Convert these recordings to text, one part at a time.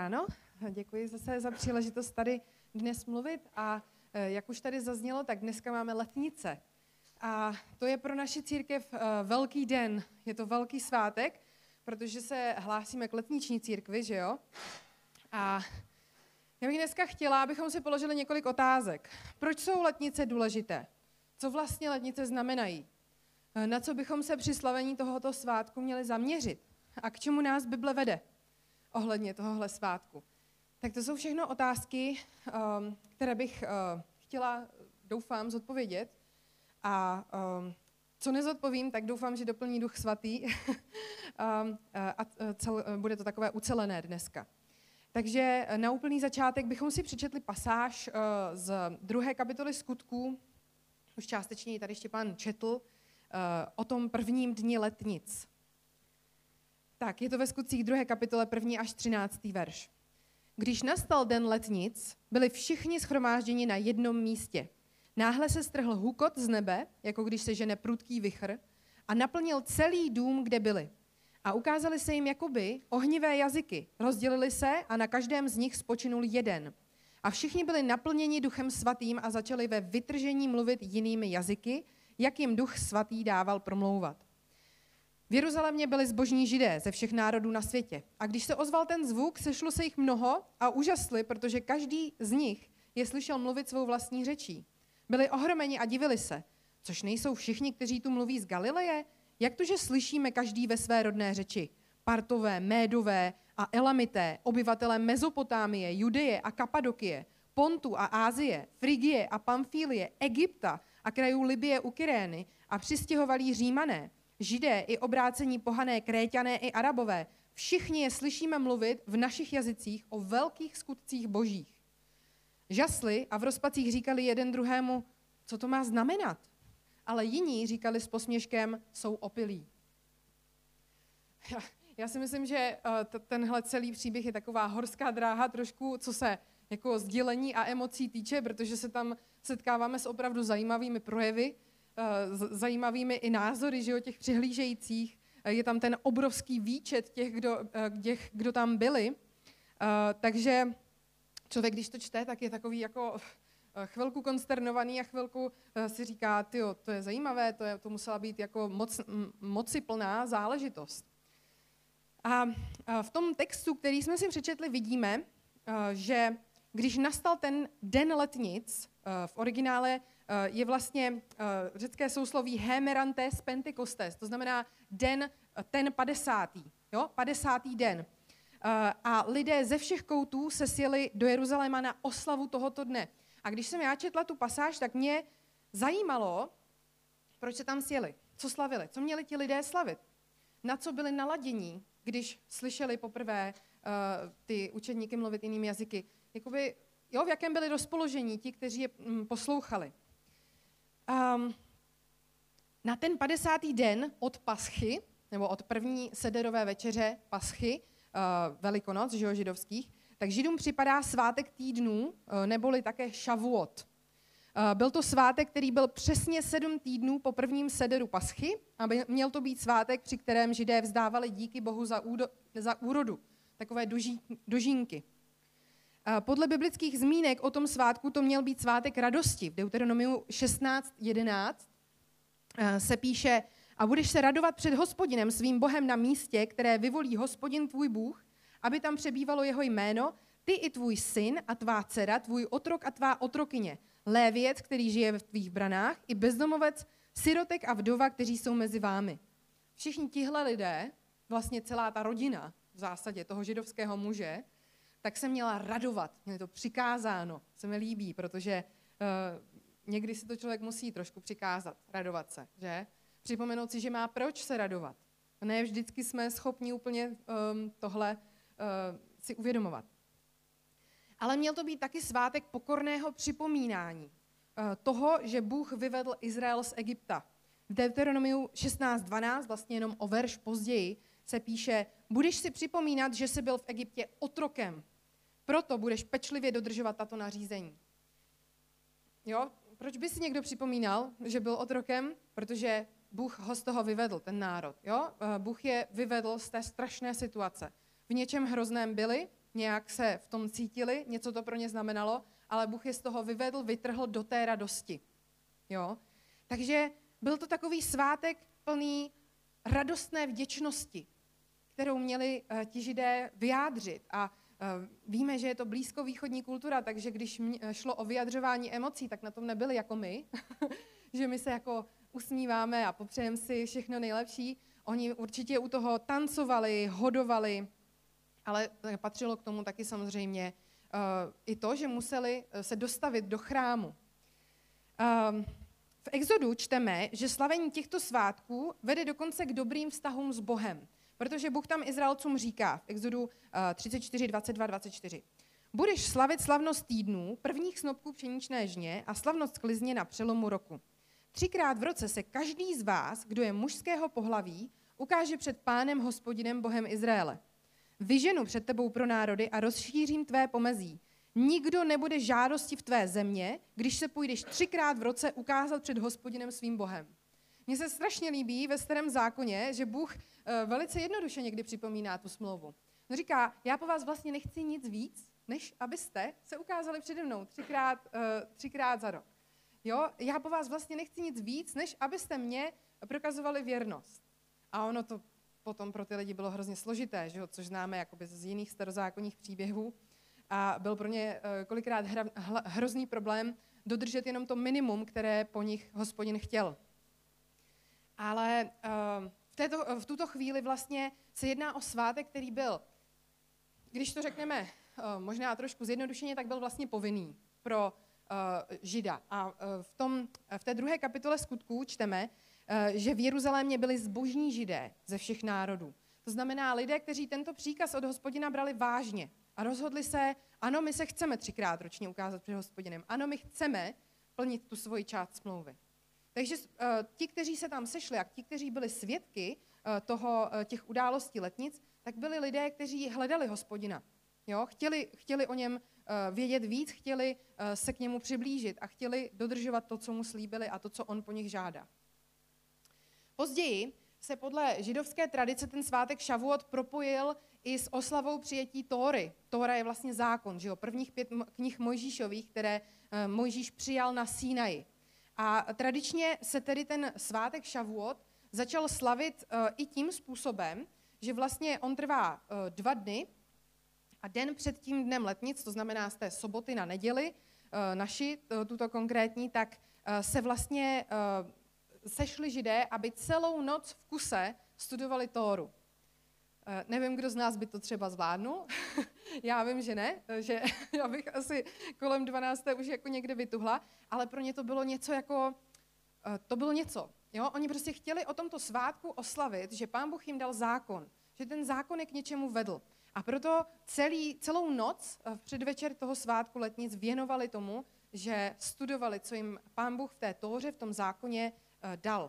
ráno. Děkuji zase za příležitost tady dnes mluvit a jak už tady zaznělo, tak dneska máme letnice. A to je pro naši církev velký den, je to velký svátek, protože se hlásíme k letniční církvi, že jo? A já bych dneska chtěla, abychom si položili několik otázek. Proč jsou letnice důležité? Co vlastně letnice znamenají? Na co bychom se při slavení tohoto svátku měli zaměřit? A k čemu nás Bible vede ohledně tohohle svátku? Tak to jsou všechno otázky, které bych chtěla, doufám, zodpovědět. A co nezodpovím, tak doufám, že doplní Duch Svatý a bude to takové ucelené dneska. Takže na úplný začátek bychom si přečetli pasáž z 2. kapitoly Skutků, už částečně ji tady Štěpán četl, o tom prvním dni letnic. Tak, je to ve Skutcích 2. kapitole 1. až 13. verš. Když nastal den letnic, byli všichni shromážděni na jednom místě. Náhle se strhl hukot z nebe, jako když se žene prudký vichr, a naplnil celý dům, kde byli. A ukázali se jim jakoby ohnivé jazyky. Rozdělili se a na každém z nich spočinul jeden. A všichni byli naplněni Duchem Svatým a začali ve vytržení mluvit jinými jazyky, jak jim Duch Svatý dával promlouvat. V Jeruzalémě byli zbožní Židé ze všech národů na světě. A když se ozval ten zvuk, sešlo se jich mnoho a úžasli, protože každý z nich je slyšel mluvit svou vlastní řečí. Byli ohromeni a divili se. Což nejsou všichni, kteří tu mluví z Galileje? Jak to, že slyšíme každý ve své rodné řeči? Partové, Médové a Elamité, obyvatelé Mezopotámie, Judeje a Kapadokie, Pontu a Ázie, Frigie a Pamfílie, Egypta a krajů Libye u Kyrény a přistěhovalí Římané, Židé i obrácení pohané, Kréťané i Arabové, všichni je slyšíme mluvit v našich jazycích o velkých skutcích božích. Žasli a v rozpacích říkali jeden druhému, co to má znamenat? Ale jiní říkali s posměškem, jsou opilí. Já si myslím, že tenhle celý příběh je taková horská dráha trošku, co se jako sdělení a emocí týče, protože se tam setkáváme s opravdu zajímavými projevy, zajímavými i názory, že, těch přihlížejících. Je tam ten obrovský výčet těch, kdo tam byli. Takže člověk, když to čte, tak je takový jako chvilku konsternovaný a chvilku si říká, tyjo, to je zajímavé, to musela být jako mociplná záležitost. A v tom textu, který jsme si přečetli, vidíme, že když nastal ten den letnic, v originále je vlastně řecké sousloví hemerantes pentekostes, to znamená ten 50. 50. den. A lidé ze všech koutů se sjeli do Jeruzaléma na oslavu tohoto dne. A když jsem já četla tu pasáž, tak mě zajímalo, proč se tam sjeli, co slavili, co měli ti lidé slavit, na co byli naladění, když slyšeli poprvé ty učedníky mluvit jinými jazyky. Jakoby, v jakém byli rozpoložení ti, kteří je poslouchali. Na ten 50. den od Paschy, nebo od první sederové večeře Paschy, Velikonoc, židovských, tak Židům připadá svátek týdnů, neboli také Šavuot. Byl to svátek, který byl přesně 7 týdnů po prvním sederu Paschy a měl to být svátek, při kterém Židé vzdávali díky Bohu za úrodu, takové dožínky. Podle biblických zmínek o tom svátku to měl být svátek radosti. V Deuteronomiu 16:11 se píše, a budeš se radovat před Hospodinem svým Bohem na místě, které vyvolí Hospodin tvůj Bůh, aby tam přebývalo jeho jméno, ty i tvůj syn a tvá dcera, tvůj otrok a tvá otrokyně, Léviec, který žije v tvých branách, i bezdomovec, sirotek a vdova, kteří jsou mezi vámi. Všichni tihle lidé, vlastně celá ta rodina v zásadě toho židovského muže, tak se měla radovat, měli to přikázáno, se mi líbí, protože někdy si to člověk musí trošku přikázat, radovat se, že? Připomenout si, že má proč se radovat. Ne vždycky jsme schopni úplně tohle si uvědomovat. Ale měl to být taky svátek pokorného připomínání toho, že Bůh vyvedl Izrael z Egypta. V Deuteronomiu 16:12, vlastně jenom o verš později, se píše, budeš si připomínat, že jsi byl v Egyptě otrokem, proto budeš pečlivě dodržovat tato nařízení. Jo? Proč by si někdo připomínal, že byl otrokem? Protože Bůh ho z toho vyvedl, ten národ. Jo? Bůh je vyvedl z té strašné situace. V něčem hrozném byli, nějak se v tom cítili, něco to pro ně znamenalo, ale Bůh je z toho vyvedl, vytrhl do té radosti. Jo? Takže byl to takový svátek plný radostné vděčnosti, kterou měli ti Židé vyjádřit. A víme, že je to blízkovýchodní kultura, takže když šlo o vyjadřování emocí, tak na tom nebyli jako my, že my se jako usmíváme a popřejeme si všechno nejlepší. Oni určitě u toho tancovali, hodovali, ale patřilo k tomu taky samozřejmě i to, že museli se dostavit do chrámu. V Exodu čteme, že slavení těchto svátků vede dokonce k dobrým vztahům s Bohem, protože Bůh tam Izraelcům říká v Exodu 34, 22, 24. Budeš slavit slavnost týdnů, prvních snopků pšeničné žně a slavnost sklizně na přelomu roku. 3krát v roce se každý z vás, kdo je mužského pohlaví, ukáže před Pánem Hospodinem Bohem Izraele. Vyženu před tebou pro národy a rozšířím tvé pomezí. Nikdo nebude žádosti v tvé země, když se půjdeš 3krát v roce ukázat před Hospodinem svým Bohem. Mně se strašně líbí ve Starém zákoně, že Bůh velice jednoduše někdy připomíná tu smlouvu. On říká, já po vás vlastně nechci nic víc, než abyste se ukázali přede mnou třikrát za rok. Jo? Já po vás vlastně nechci nic víc, než abyste mě prokazovali věrnost. A ono to potom pro ty lidi bylo hrozně složité, že jo? Což známe jakoby z jiných starozákonních příběhů. A byl pro ně kolikrát hrozný problém dodržet jenom to minimum, které po nich Hospodin chtěl. Ale v tuto chvíli vlastně se jedná o svátek, který byl, když to řekneme možná trošku zjednodušeně, tak byl vlastně povinný pro Žida. A v té 2. kapitole Skutků čteme, že v Jeruzalémě byli zbožní Židé ze všech národů. To znamená lidé, kteří tento příkaz od Hospodina brali vážně a rozhodli se, ano, my se chceme 3krát ročně ukázat před Hospodinem, ano, my chceme plnit tu svoji část smlouvy. Takže ti, kteří se tam sešli a ti, kteří byli svědky těch událostí letnic, tak byli lidé, kteří hledali Hospodina. Jo? Chtěli o něm vědět víc, chtěli se k němu přiblížit a chtěli dodržovat to, co mu slíbili a to, co on po nich žádá. Později se podle židovské tradice ten svátek Šavuot propojil i s oslavou přijetí Tóry. Tóra je vlastně zákon, že jo? Prvních 5 knih Mojžíšových, které Mojžíš přijal na Sínaji. A tradičně se tedy ten svátek Šavuot začal slavit i tím způsobem, že vlastně on trvá 2 dny a den před tím dnem letnic, to znamená z té soboty na neděli, tuto konkrétní, tak se vlastně sešli Židé, aby celou noc v kuse studovali Tóru. Nevím, kdo z nás by to třeba zvládnul. Já vím, že ne, že já bych asi kolem 12. už jako někde vytuhla, ale pro ně to bylo něco jako, to bylo něco. Jo? Oni prostě chtěli o tomto svátku oslavit, že Pán Bůh jim dal zákon, že ten zákon je k něčemu vedl. A proto celou noc v předvečer toho svátku letnic věnovali tomu, že studovali, co jim Pán Bůh v té Tóře, v tom zákoně dal.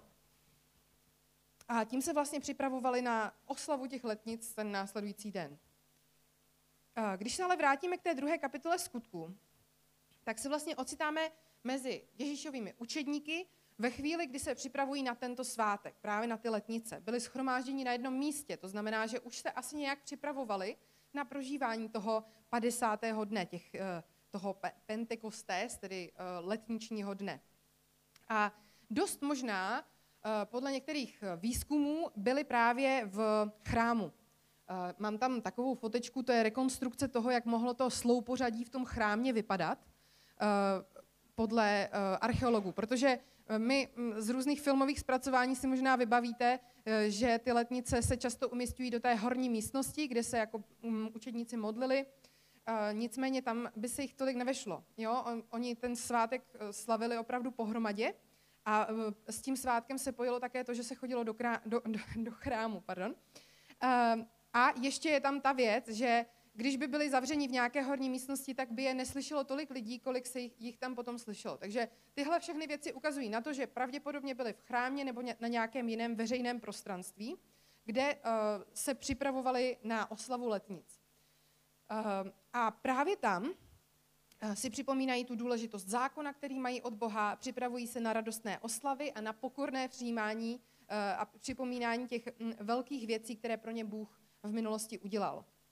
A tím se vlastně připravovali na oslavu těch letnic ten následující den. Když se ale vrátíme k té 2. kapitole Skutků, tak se vlastně ocitáme mezi Ježíšovými učedníky ve chvíli, kdy se připravují na tento svátek, právě na ty letnice. Byli shromážděni na jednom místě, to znamená, že už se asi nějak připravovali na prožívání toho 50. dne, toho Pentekostés, tedy letničního dne. A dost možná podle některých výzkumů byli právě v chrámu. Mám tam takovou fotečku, to je rekonstrukce toho, jak mohlo to sloupořadí v tom chrámě vypadat podle archeologů, protože my z různých filmových zpracování si možná vybavíte, že ty letnice se často umisťují do té horní místnosti, kde se jako učedníci modlili, nicméně tam by se jich tolik nevešlo. Jo? Oni ten svátek slavili opravdu pohromadě a s tím svátkem se pojilo také to, že se chodilo do chrámu. Pardon. A ještě je tam ta věc, že když by byli zavřeni v nějaké horní místnosti, tak by je neslyšelo tolik lidí, kolik se jich tam potom slyšelo. Takže tyhle všechny věci ukazují na to, že pravděpodobně byli v chrámě nebo na nějakém jiném veřejném prostranství, kde se připravovali na oslavu letnic. A právě tam si připomínají tu důležitost zákona, který mají od Boha, připravují se na radostné oslavy a na pokorné přijímání a připomínání těch velkých věcí, které pro ně Bůh v minulosti udělal.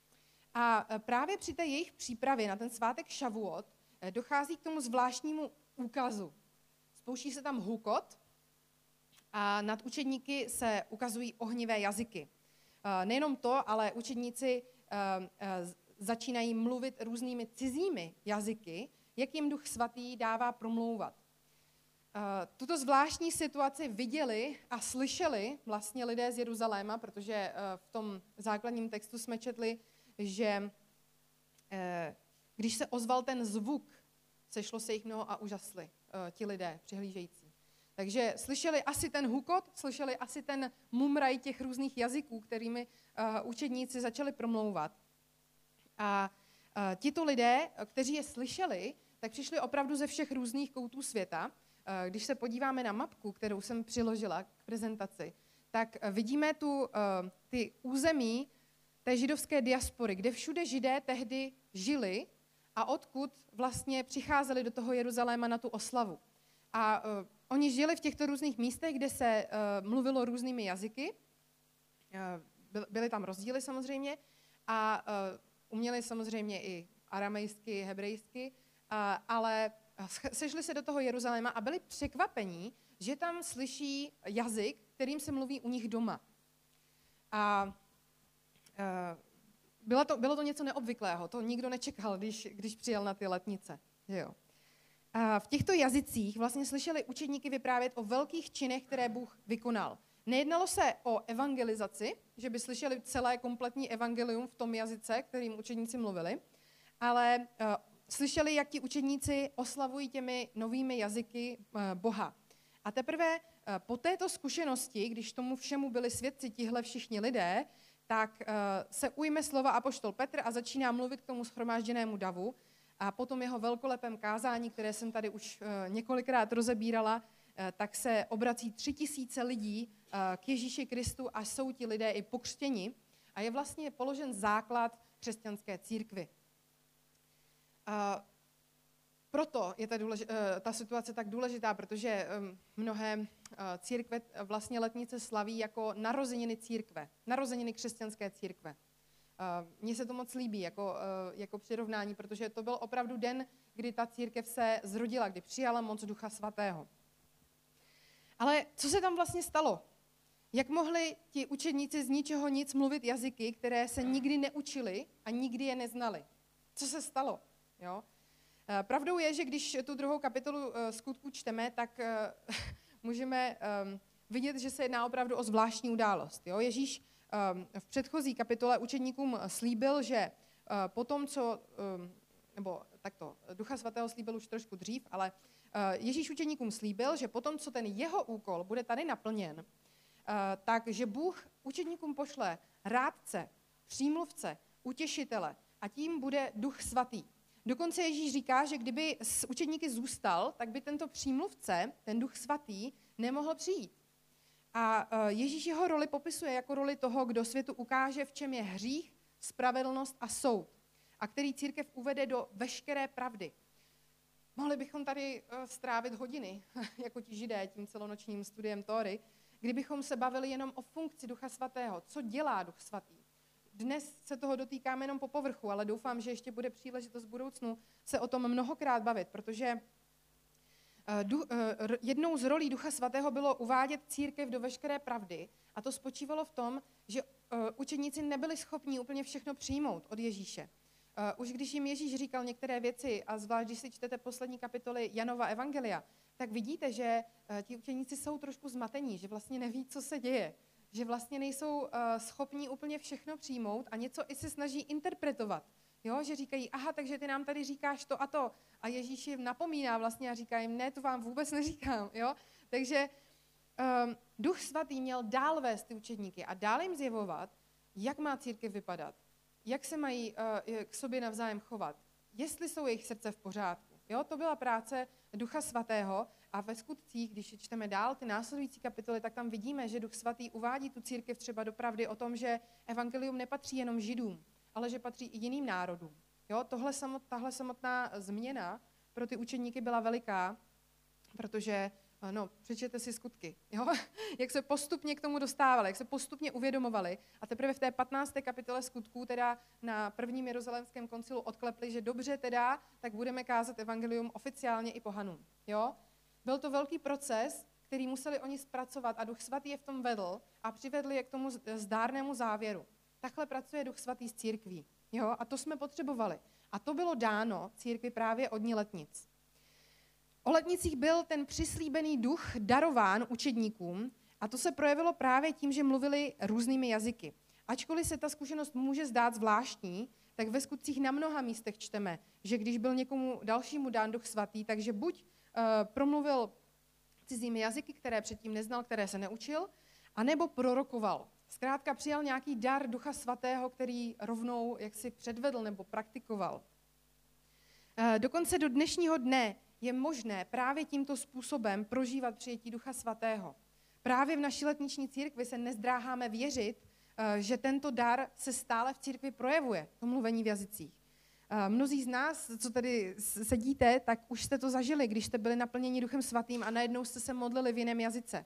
A právě při té jejich přípravě na ten svátek Šavuot dochází k tomu zvláštnímu úkazu. Spouští se tam hukot a nad učedníky se ukazují ohnivé jazyky. Nejenom to, ale učedníci začínají mluvit různými cizími jazyky, jak jim Duch Svatý dává promlouvat. Tuto zvláštní situaci viděli a slyšeli vlastně lidé z Jeruzaléma, protože v tom základním textu jsme četli, že když se ozval ten zvuk, sešlo se jich mnoho a užasli ti lidé přihlížející. Takže slyšeli asi ten hukot, slyšeli asi ten mumraj těch různých jazyků, kterými učedníci začali promlouvat. A tito lidé, kteří je slyšeli, tak přišli opravdu ze všech různých koutů světa. Když se podíváme na mapku, kterou jsem přiložila k prezentaci, tak vidíme tu ty území té židovské diaspory, kde všude Židé tehdy žili a odkud vlastně přicházeli do toho Jeruzaléma na tu oslavu. A oni žili v těchto různých místech, kde se mluvilo různými jazyky, byly tam rozdíly samozřejmě, a uměli samozřejmě i aramejsky, hebrejsky, ale sešli se do toho Jeruzaléma a byli překvapení, že tam slyší jazyk, kterým se mluví u nich doma. A bylo to něco neobvyklého, to nikdo nečekal, když přijel na ty letnice. Že jo. A v těchto jazycích vlastně slyšeli učedníky vyprávět o velkých činech, které Bůh vykonal. Nejednalo se o evangelizaci, že by slyšeli celé kompletní evangelium v tom jazyce, kterým učedníci mluvili, ale slyšeli, jak ti učedníci oslavují těmi novými jazyky Boha. A teprve po této zkušenosti, když tomu všemu byli svědci tihle všichni lidé, tak se ujme slova apoštol Petr a začíná mluvit k tomu shromážděnému davu. A po tom jeho velkolepém kázání, které jsem tady už několikrát rozebírala, tak se obrací 3000 lidí k Ježíši Kristu a jsou ti lidé i pokřtěni. A je vlastně položen základ křesťanské církvy. Proto je ta situace tak důležitá, protože mnohé církve vlastně letnice slaví jako narozeniny církve, narozeniny křesťanské církve. Mně se to moc líbí jako přirovnání, protože to byl opravdu den, kdy ta církev se zrodila, kdy přijala moc Ducha Svatého. Ale co se tam vlastně stalo? Jak mohli ti učedníci z ničeho nic mluvit jazyky, které se nikdy neučili a nikdy je neznali? Co se stalo? Jo? Pravdou je, že když tu 2. kapitolu Skutků čteme, tak můžeme vidět, že se jedná opravdu o zvláštní událost. Jo? Ježíš v předchozí kapitole učedníkům slíbil, že po tom, co, nebo takto, Ducha Svatého slíbil už trošku dřív, ale Ježíš učedníkům slíbil, že po tom, co ten jeho úkol bude tady naplněn, takže Bůh učedníkům pošle rádce, přímluvce, utěšitele a tím bude Duch Svatý. Dokonce Ježíš říká, že kdyby s učedníky zůstal, tak by tento přímluvce, ten Duch Svatý, nemohl přijít. A Ježíš jeho roli popisuje jako roli toho, kdo světu ukáže, v čem je hřích, spravedlnost a soud, a který církev uvede do veškeré pravdy. Mohli bychom tady strávit hodiny, jako ti Židé, tím celonočním studiem Tóry, kdybychom se bavili jenom o funkci Ducha Svatého, co dělá Duch Svatý. Dnes se toho dotýkáme jenom po povrchu, ale doufám, že ještě bude příležitost v budoucnu se o tom mnohokrát bavit, protože jednou z rolí Ducha Svatého bylo uvádět církev do veškeré pravdy a to spočívalo v tom, že učedníci nebyli schopni úplně všechno přijmout od Ježíše. Už když jim Ježíš říkal některé věci, a zvlášť když si čtete poslední kapitoly Janova evangelia, tak vidíte, že ti učeníci jsou trošku zmatení, že vlastně neví, co se děje, že vlastně nejsou schopni úplně všechno přijmout a něco i se snaží interpretovat. Jo, že říkají, aha, takže ty nám tady říkáš to a to. A Ježíš jim napomíná vlastně a říká jim, ne, to vám vůbec neříkám. Jo? Takže Duch Svatý měl dál vést ty učedníky a dál jim zjevovat, jak má církev vypadat, jak se mají k sobě navzájem chovat, jestli jsou jejich srdce v pořádku. Jo? To byla práce Ducha Svatého a ve skutcích, když čteme dál ty následující kapitoly, tak tam vidíme, že Duch Svatý uvádí tu církev třeba do pravdy o tom, že evangelium nepatří jenom Židům, ale že patří i jiným národům. Jo? Tahle samotná změna pro ty učedníky byla veliká, protože No, přečtěte si Skutky, jo? Jak se postupně k tomu dostávali, jak se postupně uvědomovali. A teprve v té 15. kapitole Skutků teda na prvním Jeruzalémském koncilu odklepli, že dobře teda, tak budeme kázat evangelium oficiálně i pohanům. Jo? Byl to velký proces, který museli oni zpracovat a Duch Svatý je v tom vedl a přivedli je k tomu zdárnému závěru. Takhle pracuje Duch Svatý s církví. Jo? A to jsme potřebovali. A to bylo dáno církvi právě od dní letnic. O letnicích byl ten přislíbený duch darován učedníkům a to se projevilo právě tím, že mluvili různými jazyky. Ačkoliv se ta zkušenost může zdát zvláštní, tak ve Skutcích na mnoha místech čteme, že když byl někomu dalšímu dán Duch Svatý, takže buď promluvil cizími jazyky, které předtím neznal, které se neučil, anebo prorokoval. Zkrátka přijal nějaký dar Ducha Svatého, který rovnou jaksi předvedl nebo praktikoval. Dokonce do dnešního dne je možné právě tímto způsobem prožívat přijetí Ducha Svatého. Právě v naší letniční církvi se nezdráháme věřit, že tento dar se stále v církvi projevuje, to mluvení v jazycích. Mnozí z nás, co tady sedíte, tak už jste to zažili, když jste byli naplněni Duchem Svatým a najednou jste se modlili v jiném jazyce.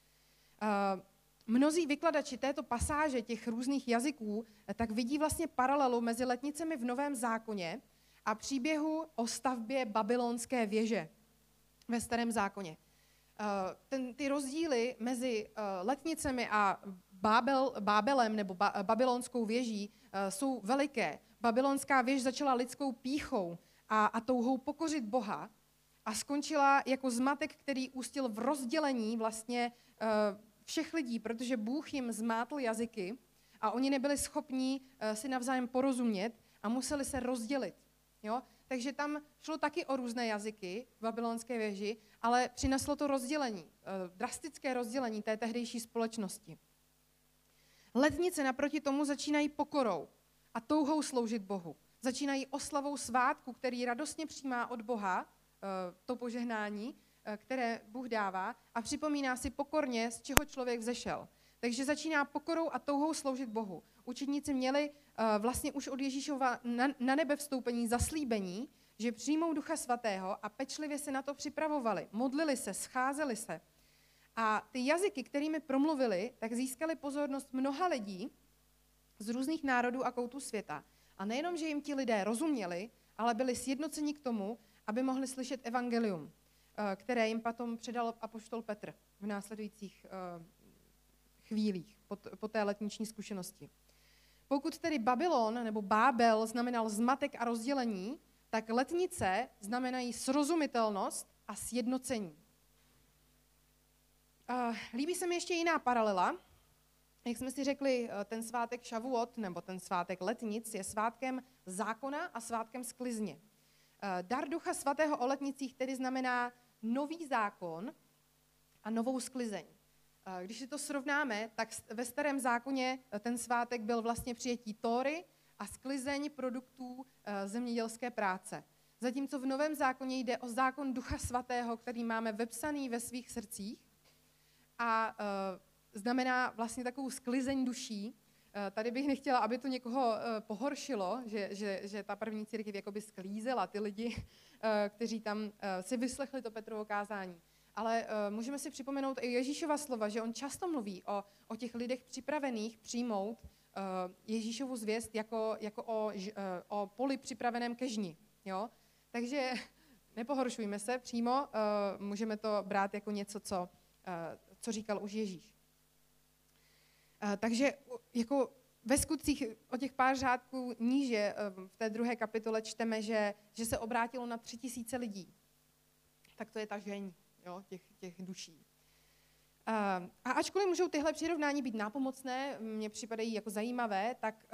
Mnozí vykladači této pasáže těch různých jazyků tak vidí vlastně paralelu mezi letnicemi v Novém zákoně a příběhu o stavbě babylonské věže ve Starém zákoně. Ty rozdíly mezi letnicemi a Bábelem nebo babylonskou věží jsou veliké. Babylonská věž začala lidskou pýchou a touhou pokořit Boha a skončila jako zmatek, který ústil v rozdělení vlastně všech lidí, protože Bůh jim zmátl jazyky a oni nebyli schopní si navzájem porozumět a museli se rozdělit. Jo? Takže tam šlo taky o různé jazyky v babylonské věži, ale přineslo to rozdělení, drastické rozdělení té tehdejší společnosti. Letnice naproti tomu začínají pokorou a touhou sloužit Bohu. Začínají oslavou svátku, který radostně přijímá od Boha to požehnání, které Bůh dává a připomíná si pokorně, z čeho člověk vzešel. Takže začíná pokorou a touhou sloužit Bohu. Učedníci měli vlastně už od Ježíšova na nebe vstoupení zaslíbení, že přijmou Ducha Svatého a pečlivě se na to připravovali. Modlili se, scházeli se. A ty jazyky, kterými promluvili, tak získali pozornost mnoha lidí z různých národů a koutů světa. A nejenom, že jim ti lidé rozuměli, ale byli sjednoceni k tomu, aby mohli slyšet evangelium, které jim potom předal apoštol Petr v následujících chvílích po té letniční zkušenosti. Pokud tedy Babylon nebo Bábel znamenal zmatek a rozdělení, tak letnice znamenají srozumitelnost a sjednocení. Líbí se mi ještě jiná paralela. Jak jsme si řekli, ten svátek Šavuot, nebo ten svátek letnic, je svátkem zákona a svátkem sklizně. Dar Ducha Svatého o letnicích tedy znamená nový zákon a novou sklizeň. Když si to srovnáme, tak ve Starém zákoně ten svátek byl vlastně přijetí Tóry a sklizeň produktů zemědělské práce. Zatímco v Novém zákoně jde o zákon Ducha Svatého, který máme vepsaný ve svých srdcích a znamená vlastně takovou sklizeň duší. Tady bych nechtěla, aby to někoho pohoršilo, že ta první církev jakoby sklízela ty lidi, kteří tam si vyslechli to Petrovo kázání. Ale můžeme si připomenout i Ježíšova slova, že on často mluví o těch lidech připravených přijmout Ježíšovu zvěst jako o poli připraveném ke žni. Jo? Takže nepohoršujme se přímo, můžeme to brát jako něco, co říkal už Ježíš. Takže jako ve Skutcích o těch pár řádků níže v té 2. kapitole čteme, že se obrátilo na 3000 lidí. Tak to je ta žeň, jo, těch duší. A ačkoliv můžou tyhle přirovnání být nápomocné, mně připadají jako zajímavé, tak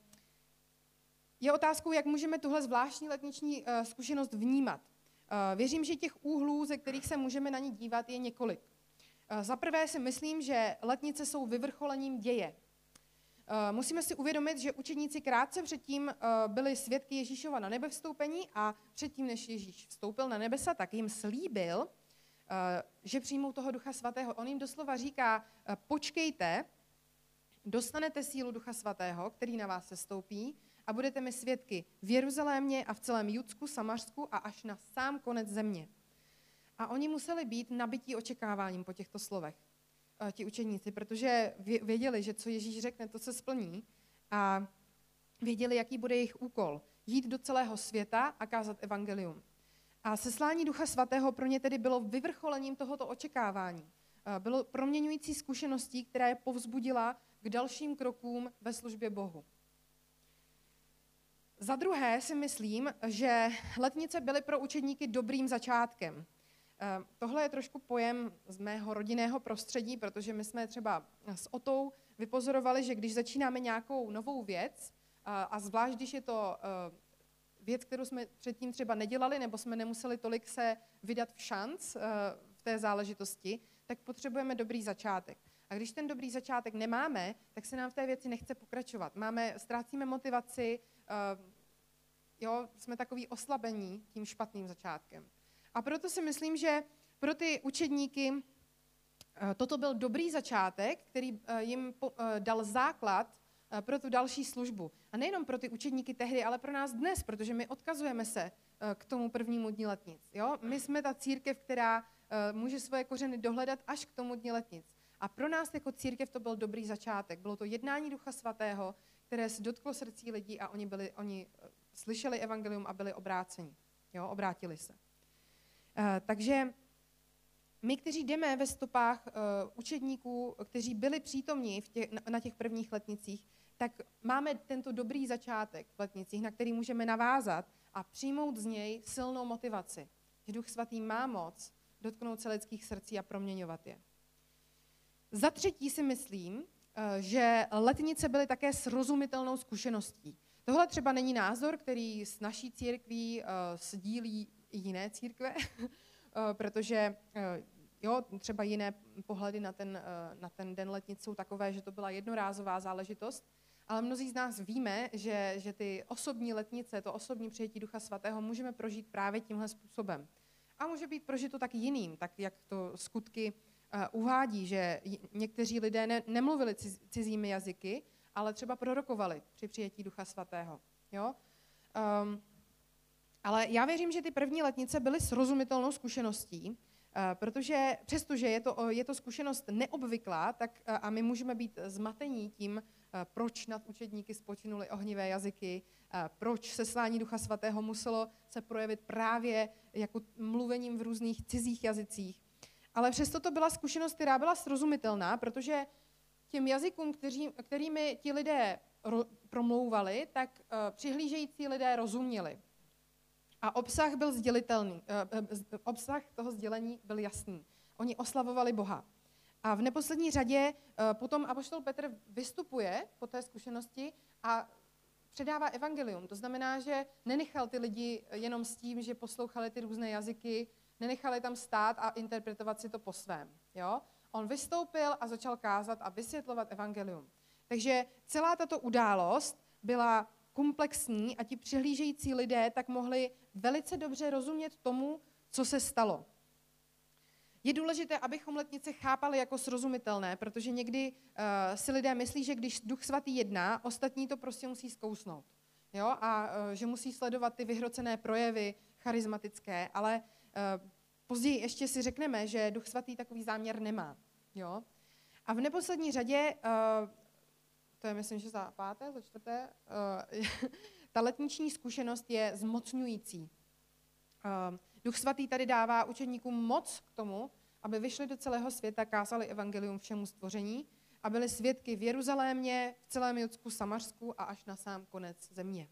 je otázkou, jak můžeme tuhle zvláštní letniční zkušenost vnímat. Věřím, že těch úhlů, ze kterých se můžeme na ní dívat, je několik. Za prvé si myslím, že letnice jsou vyvrcholením děje. Musíme si uvědomit, že učedníci krátce předtím byli svědky Ježíšova na nebevstoupení a předtím, než Ježíš vstoupil na nebesa, tak jim slíbil, že přijmou toho Ducha Svatého. On jim doslova říká, počkejte, dostanete sílu Ducha Svatého, který na vás sestoupí a budete mi svědky v Jeruzalémě a v celém Judsku, Samařsku a až na sám konec země. A oni museli být nabití očekáváním po těchto slovech, ti učeníci, protože věděli, že co Ježíš řekne, to se splní a věděli, jaký bude jejich úkol. Jít do celého světa a kázat evangelium. A seslání Ducha Svatého pro ně tedy bylo vyvrcholením tohoto očekávání. Bylo proměňující zkušeností, která je povzbudila k dalším krokům ve službě Bohu. Za druhé si myslím, že letnice byly pro učedníky dobrým začátkem. Tohle je trošku pojem z mého rodinného prostředí, protože my jsme třeba s Otou vypozorovali, že když začínáme nějakou novou věc, a zvlášť, když je to věc, kterou jsme předtím třeba nedělali, nebo jsme nemuseli tolik se vydat v šanc v té záležitosti, tak potřebujeme dobrý začátek. A když ten dobrý začátek nemáme, tak se nám v té věci nechce pokračovat. Ztrácíme motivaci, jsme takový oslabení tím špatným začátkem. A proto si myslím, že pro ty učedníky toto byl dobrý začátek, který jim dal základ pro tu další službu. A nejenom pro ty učedníky tehdy, ale pro nás dnes, protože my odkazujeme se k tomu prvnímu dni letnic. Jo? My jsme ta církev, která může svoje kořeny dohledat až k tomu dni letnic. A pro nás jako církev to byl dobrý začátek. Bylo to jednání Ducha Svatého, které se dotklo srdcí lidí a oni slyšeli evangelium a byli obráceni. Jo? Obrátili se. Takže my, kteří jdeme ve stopách učedníků, kteří byli přítomní na těch prvních letnicích, tak máme tento dobrý začátek v letnicích, na který můžeme navázat a přijmout z něj silnou motivaci, že Duch Svatý má moc dotknout se lidských srdcí a proměňovat je. Za třetí si myslím, že letnice byly také srozumitelnou zkušeností. Tohle třeba není názor, který s naší církví sdílí i jiné církve, protože třeba jiné pohledy na ten den letnic jsou takové, že to byla jednorázová záležitost, ale mnozí z nás víme, že ty osobní letnice, to osobní přijetí Ducha Svatého můžeme prožít právě tímhle způsobem. A může být prožito tak jiným, tak jak to skutky uvádí, že někteří lidé nemluvili cizími jazyky, ale třeba prorokovali při přijetí Ducha Svatého. Jo? Ale já věřím, že ty první letnice byly srozumitelnou zkušeností, protože přestože je to zkušenost neobvyklá, tak a my můžeme být zmatení tím, proč nad učedníky spočinuly ohnivé jazyky, proč seslání Ducha Svatého muselo se projevit právě jako mluvením v různých cizích jazycích. Ale přesto to byla zkušenost, která byla srozumitelná, protože těm jazykům, kterými ti lidé promlouvali, tak přihlížející lidé rozuměli. A obsah byl sdělitelný. Obsah toho sdělení byl jasný. Oni oslavovali Boha. A v neposlední řadě potom apoštol Petr vystupuje po té zkušenosti a předává evangelium. To znamená, že nenechal ty lidi jenom s tím, že poslouchali ty různé jazyky, nenechali tam stát a interpretovat si to po svém. Jo? On vystoupil a začal kázat a vysvětlovat evangelium. Takže celá tato událost byla komplexní a ti přihlížející lidé tak mohli velice dobře rozumět tomu, co se stalo. Je důležité, abychom letnice chápali jako srozumitelné, protože někdy si lidé myslí, že když Duch Svatý jedná, ostatní to prostě musí zkousnout. Jo? A že musí sledovat ty vyhrocené projevy charismatické, ale později ještě si řekneme, že Duch Svatý takový záměr nemá. Jo? A v neposlední řadě, to je myslím, že za čtvrté, ta letniční zkušenost je zmocňující. Duch Svatý tady dává učedníkům moc k tomu, aby vyšli do celého světa, kázali evangelium všemu stvoření a byli svědky v Jeruzalémě, v celém Judsku, Samařsku a až na sám konec země.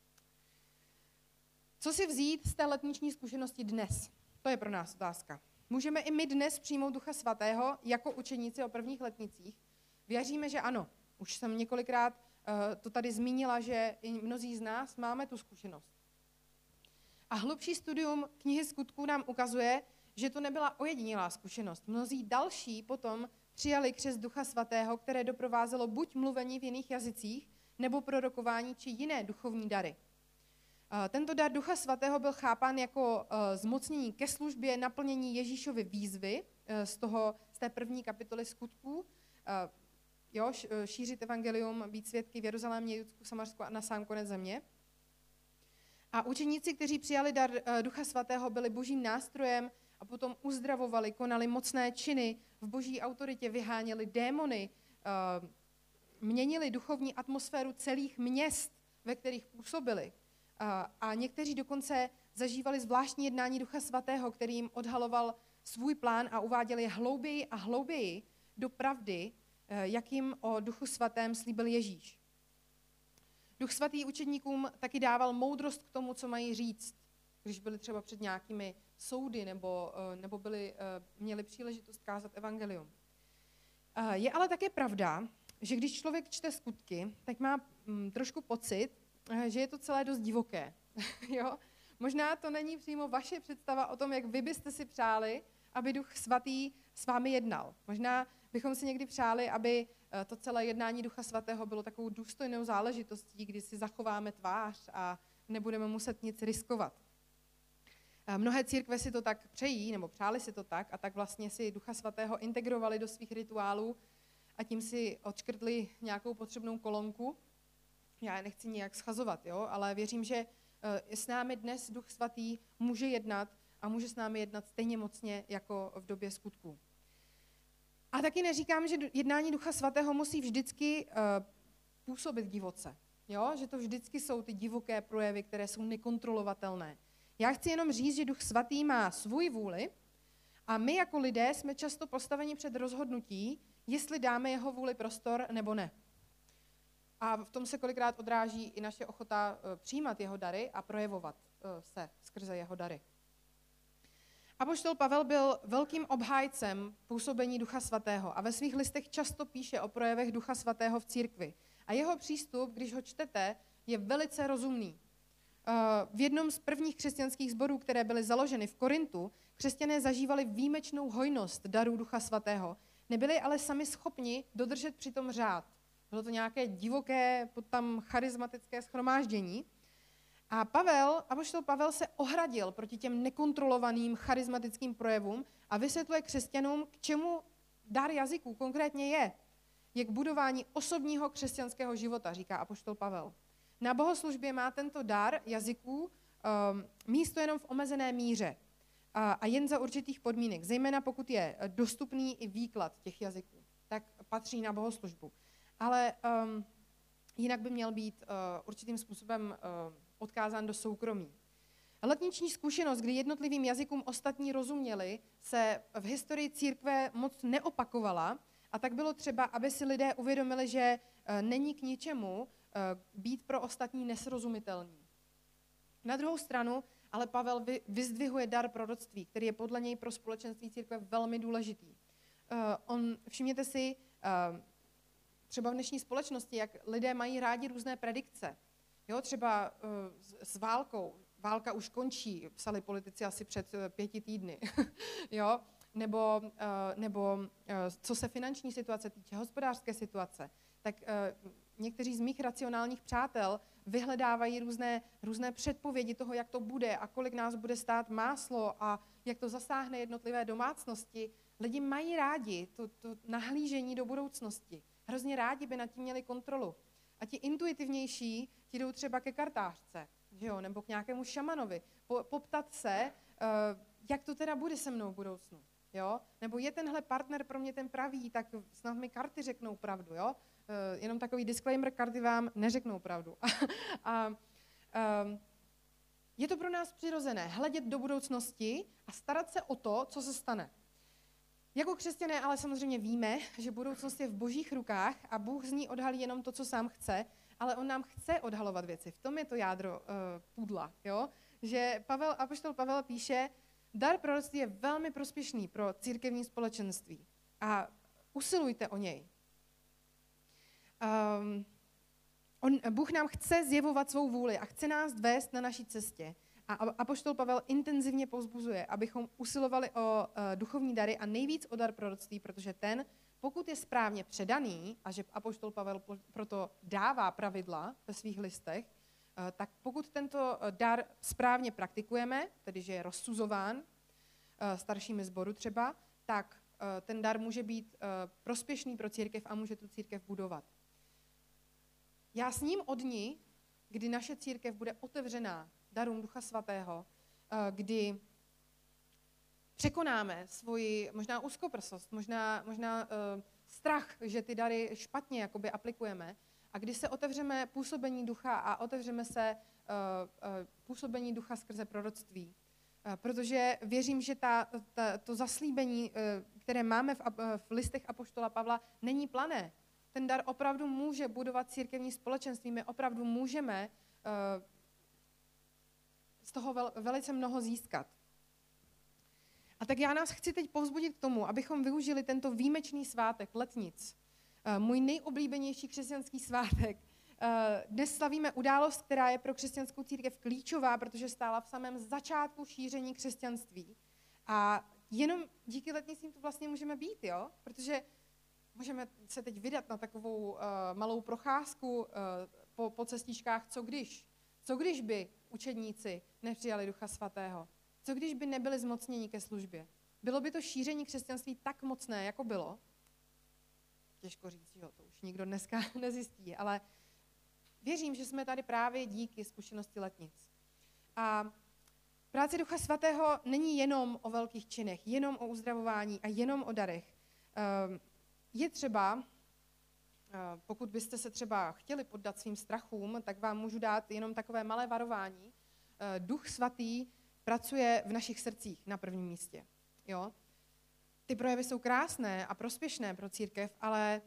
Co si vzít z té letniční zkušenosti dnes? To je pro nás otázka. Můžeme i my dnes přijmout Ducha Svatého jako učeníci o prvních letnicích? Věříme, že ano. Už jsem několikrát to tady zmínila, že i mnozí z nás máme tu zkušenost. A hlubší studium knihy Skutků nám ukazuje, že to nebyla ojedinělá zkušenost. Mnozí další potom přijali křest Ducha Svatého, které doprovázelo buď mluvení v jiných jazycích, nebo prorokování či jiné duchovní dary. Tento dar Ducha Svatého byl chápán jako zmocnění ke službě, naplnění Ježíšovy výzvy z té první kapitoly Skutků, šířit evangelium, být svědky v Jeruzalémě, Judsku, Samařsku a na sám konec země. A učeníci, kteří přijali dar Ducha Svatého, byli božím nástrojem a potom uzdravovali, konali mocné činy, v boží autoritě vyháněli démony, měnili duchovní atmosféru celých měst, ve kterých působili. A někteří dokonce zažívali zvláštní jednání Ducha Svatého, který jim odhaloval svůj plán a uváděl je hlouběji a hlouběji do pravdy, jak jim o Duchu Svatém slíbil Ježíš. Duch Svatý učedníkům taky dával moudrost k tomu, co mají říct, když byli třeba před nějakými soudy nebo měli příležitost kázat evangelium. Je ale také pravda, že když člověk čte Skutky, tak má trošku pocit, že je to celé dost divoké. Jo? Možná to není přímo vaše představa o tom, jak vy byste si přáli, aby Duch Svatý s vámi jednal. Možná bychom si někdy přáli, aby to celé jednání Ducha Svatého bylo takovou důstojnou záležitostí, kdy si zachováme tvář a nebudeme muset nic riskovat. Mnohé církve si to tak přejí, nebo přáli si to tak, a tak vlastně si Ducha Svatého integrovali do svých rituálů a tím si odškrtli nějakou potřebnou kolonku. Já je nechci nijak schazovat, jo? Ale věřím, že s námi dnes Duch Svatý může jednat a může s námi jednat stejně mocně jako v době Skutků. A taky neříkám, že jednání Ducha Svatého musí vždycky působit divoce. Jo? Že to vždycky jsou ty divoké projevy, které jsou nekontrolovatelné. Já chci jenom říct, že Duch Svatý má svůj vůli a my jako lidé jsme často postaveni před rozhodnutí, jestli dáme jeho vůli prostor nebo ne. A v tom se kolikrát odráží i naše ochota přijímat jeho dary a projevovat se skrze jeho dary. Apoštol Pavel byl velkým obhájcem působení Ducha Svatého a ve svých listech často píše o projevech Ducha Svatého v církvi. A jeho přístup, když ho čtete, je velice rozumný. V jednom z prvních křesťanských sborů, které byly založeny v Korintu, křesťané zažívali výjimečnou hojnost darů Ducha Svatého. Nebyli ale sami schopni dodržet přitom řád. Bylo to nějaké divoké, tam charismatické shromáždění. A apoštol Pavel se ohradil proti těm nekontrolovaným charismatickým projevům a vysvětluje křesťanům, k čemu dar jazyků konkrétně je. Je k budování osobního křesťanského života, říká apoštol Pavel. Na bohoslužbě má tento dar jazyků místo jenom v omezené míře a jen za určitých podmínek, zejména pokud je dostupný i výklad těch jazyků, tak patří na bohoslužbu. Ale jinak by měl být určitým způsobem odkázán do soukromí. Letniční zkušenost, kdy jednotlivým jazykům ostatní rozuměli, se v historii církve moc neopakovala a tak bylo třeba, aby si lidé uvědomili, že není k ničemu být pro ostatní nesrozumitelný. Na druhou stranu ale Pavel vyzdvihuje dar proroctví, který je podle něj pro společenství církve velmi důležitý. Všimněte si, třeba v dnešní společnosti, jak lidé mají rádi různé predikce. Jo, třeba s válkou. Válka už končí, psali politici asi před 5 týdny. Jo? Nebo co se finanční situace týče, hospodářské situace, tak někteří z mých racionálních přátel vyhledávají různé předpovědi toho, jak to bude a kolik nás bude stát máslo a jak to zasáhne jednotlivé domácnosti. Lidi mají rádi to nahlížení do budoucnosti. Hrozně rádi by nad tím měli kontrolu. A ti intuitivnější ti jdou třeba ke kartářce, že jo? Nebo k nějakému šamanovi. Poptat se, jak to teda bude se mnou v budoucnu. Jo? Nebo je tenhle partner pro mě ten pravý, tak snad mi karty řeknou pravdu. Jo? Jenom takový disclaimer, karty vám neřeknou pravdu. Je to pro nás přirozené hledět do budoucnosti a starat se o to, co se stane. Jako křesťané ale samozřejmě víme, že budoucnost je v božích rukách a Bůh z ní odhalí jenom to, co sám chce, ale on nám chce odhalovat věci. V tom je to jádro pudla, jo? Že apoštol Pavel píše, dar proroctví je velmi prospěšný pro církevní společenství a usilujte o něj. Bůh nám chce zjevovat svou vůli a chce nás vést na naší cestě. A apoštol Pavel intenzivně povzbuzuje, abychom usilovali o duchovní dary a nejvíc o dar proroctví, protože ten, pokud je správně předaný, a že apoštol Pavel proto dává pravidla ve svých listech, tak pokud tento dar správně praktikujeme, tedy že je rozsuzován staršími sboru třeba, tak ten dar může být prospěšný pro církev a může tu církev budovat. Já sním o dni, kdy naše církev bude otevřená darům Ducha Svatého, kdy překonáme svoji možná úzkoprsost, možná strach, že ty dary špatně jakoby aplikujeme, a když se otevřeme působení ducha a otevřeme se působení ducha skrze proroctví. Protože věřím, že to zaslíbení, které máme v listech apoštola Pavla, není plané. Ten dar opravdu může budovat církevní společenství, my opravdu můžeme z toho velice mnoho získat. A tak já nás chci teď povzbudit k tomu, abychom využili tento výjimečný svátek letnic. Můj nejoblíbenější křesťanský svátek. Dnes slavíme událost, která je pro křesťanskou církev klíčová, protože stála v samém začátku šíření křesťanství. A jenom díky letnicím to vlastně můžeme být, jo? Protože můžeme se teď vydat na takovou malou procházku po cestičkách, co když. Co když by učedníci nepřijali Ducha Svatého? Co když by nebyli zmocněni ke službě? Bylo by to šíření křesťanství tak mocné, jako bylo? Těžko říct, jo, to už nikdo dneska nezjistí, ale věřím, že jsme tady právě díky zkušenosti letnic. A práce Ducha Svatého není jenom o velkých činech, jenom o uzdravování a jenom o darech. Je třeba, pokud byste se třeba chtěli poddat svým strachům, tak vám můžu dát jenom takové malé varování. Duch Svatý pracuje v našich srdcích na prvním místě. Jo? Ty projevy jsou krásné a prospěšné pro církev, ale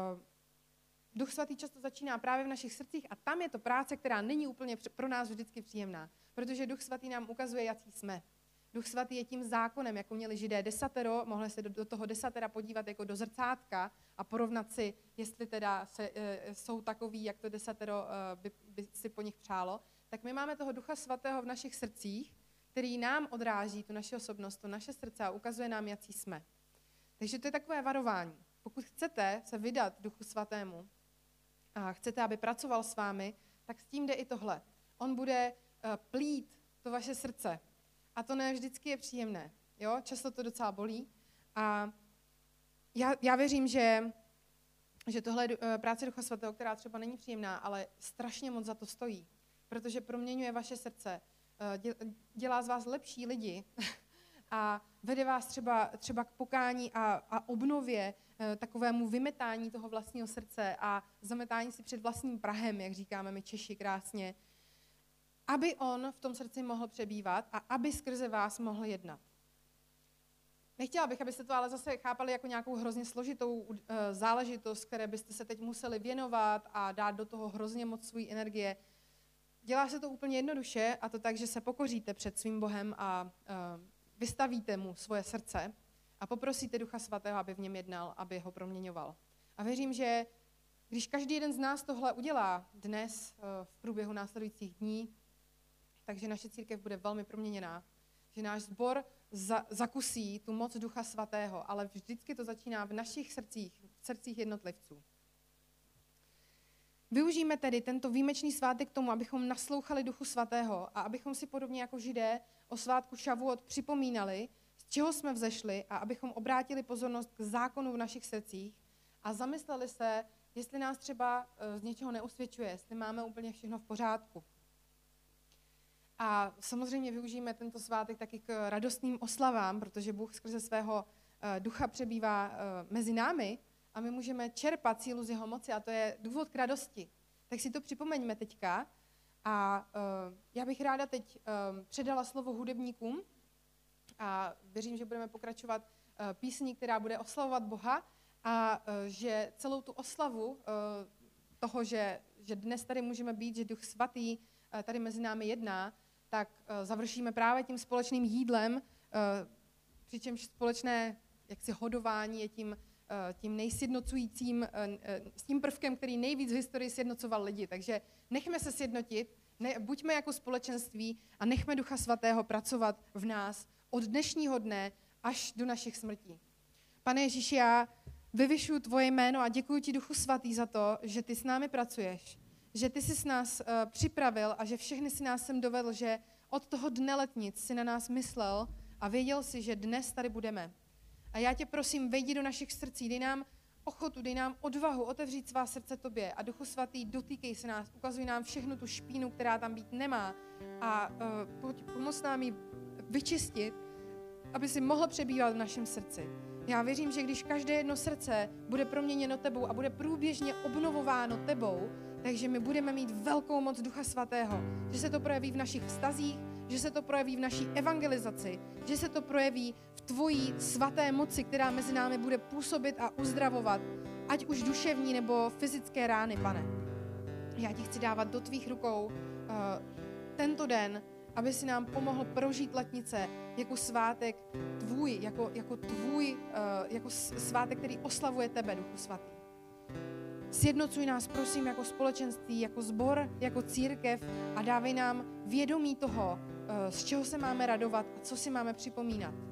Duch Svatý často začíná právě v našich srdcích a tam je to práce, která není úplně pro nás vždycky příjemná, protože Duch Svatý nám ukazuje, jaký jsme. Duch Svatý je tím zákonem, jako měli Židé desatero, mohli se do toho desatera podívat jako do zrcátka a porovnat si, jestli teda jsou takový, jak to desatero by si po nich přálo. Tak my máme toho Ducha Svatého v našich srdcích, který nám odráží tu naši osobnost, to naše srdce a ukazuje nám, jaký jsme. Takže to je takové varování. Pokud chcete se vydat Duchu Svatému a chcete, aby pracoval s vámi, tak s tím jde i tohle. On bude plít to vaše srdce. A to ne vždycky je příjemné. Jo? Často to docela bolí. A já věřím, že tohle je práce Ducha Svatého, která třeba není příjemná, ale strašně moc za to stojí. Protože proměňuje vaše srdce, dělá z vás lepší lidi a vede vás třeba k pokání a obnově, takovému vymetání toho vlastního srdce a zametání si před vlastním prahem, jak říkáme my Češi krásně, aby on v tom srdci mohl přebývat a aby skrze vás mohl jednat. Nechtěla bych, abyste to ale zase chápali jako nějakou hrozně složitou záležitost, které byste se teď museli věnovat a dát do toho hrozně moc své energie. Dělá se to úplně jednoduše a to tak, že se pokoříte před svým Bohem a vystavíte mu svoje srdce a poprosíte Ducha Svatého, aby v něm jednal, aby ho proměňoval. A věřím, že když každý jeden z nás tohle udělá dnes v průběhu následujících dní, takže naše církev bude velmi proměněná, že náš sbor zakusí tu moc Ducha Svatého, ale vždycky to začíná v našich srdcích, v srdcích jednotlivců. Využijeme tedy tento výjimečný svátek k tomu, abychom naslouchali Duchu Svatého a abychom si podobně jako Židé o svátku Šavuot připomínali, z čeho jsme vzešli a abychom obrátili pozornost k zákonu v našich srdcích a zamysleli se, jestli nás třeba z něčeho neusvědčuje, jestli máme úplně všechno v pořádku. A samozřejmě využijeme tento svátek taky k radostným oslavám, protože Bůh skrze svého ducha přebývá mezi námi a my můžeme čerpat sílu z jeho moci a to je důvod k radosti. Tak si to připomeňme teďka a já bych ráda teď předala slovo hudebníkům a věřím, že budeme pokračovat písní, která bude oslavovat Boha a že celou tu oslavu toho, že dnes tady můžeme být, že Duch Svatý tady mezi námi jedná, tak završíme právě tím společným jídlem, přičemž společné jaksi hodování je tím nejsjednocujícím, s tím prvkem, který nejvíc v historii sjednocoval lidi. Takže nechme se sjednotit, buďme jako společenství a nechme Ducha Svatého pracovat v nás od dnešního dne až do našich smrtí. Pane Ježíši, já vyvyšuju tvoje jméno a děkuji ti, Duchu Svatý, za to, že ty s námi pracuješ, že ty jsi s nás připravil a že všechny si nás sem dovedl, že od toho dne letnic si na nás myslel a věděl si, že dnes tady budeme. A já tě prosím, vejdi do našich srdcí, dej nám ochotu, dej nám odvahu otevřít svá srdce tobě a Duchu Svatý, dotýkej se nás, ukazuj nám všechnu tu špínu, která tam být nemá a pomoz nám ji vyčistit aby si mohl přebývat v našem srdci. Já věřím, že když každé jedno srdce bude proměněno tebou a bude průběžně obnovováno tebou, takže my budeme mít velkou moc Ducha Svatého. Že se to projeví v našich vztazích, že se to projeví v naší evangelizaci, že se to projeví v tvojí svaté moci, která mezi námi bude působit a uzdravovat, ať už duševní nebo fyzické rány, Pane. Já ti chci dávat do tvých rukou tento den, aby si nám pomohl prožít letnice jako svátek tvůj, jako svátek, který oslavuje tebe, Duchu Svatý. Sjednocuj nás, prosím, jako společenství, jako sbor, jako církev a dávej nám vědomí toho, z čeho se máme radovat a co si máme připomínat.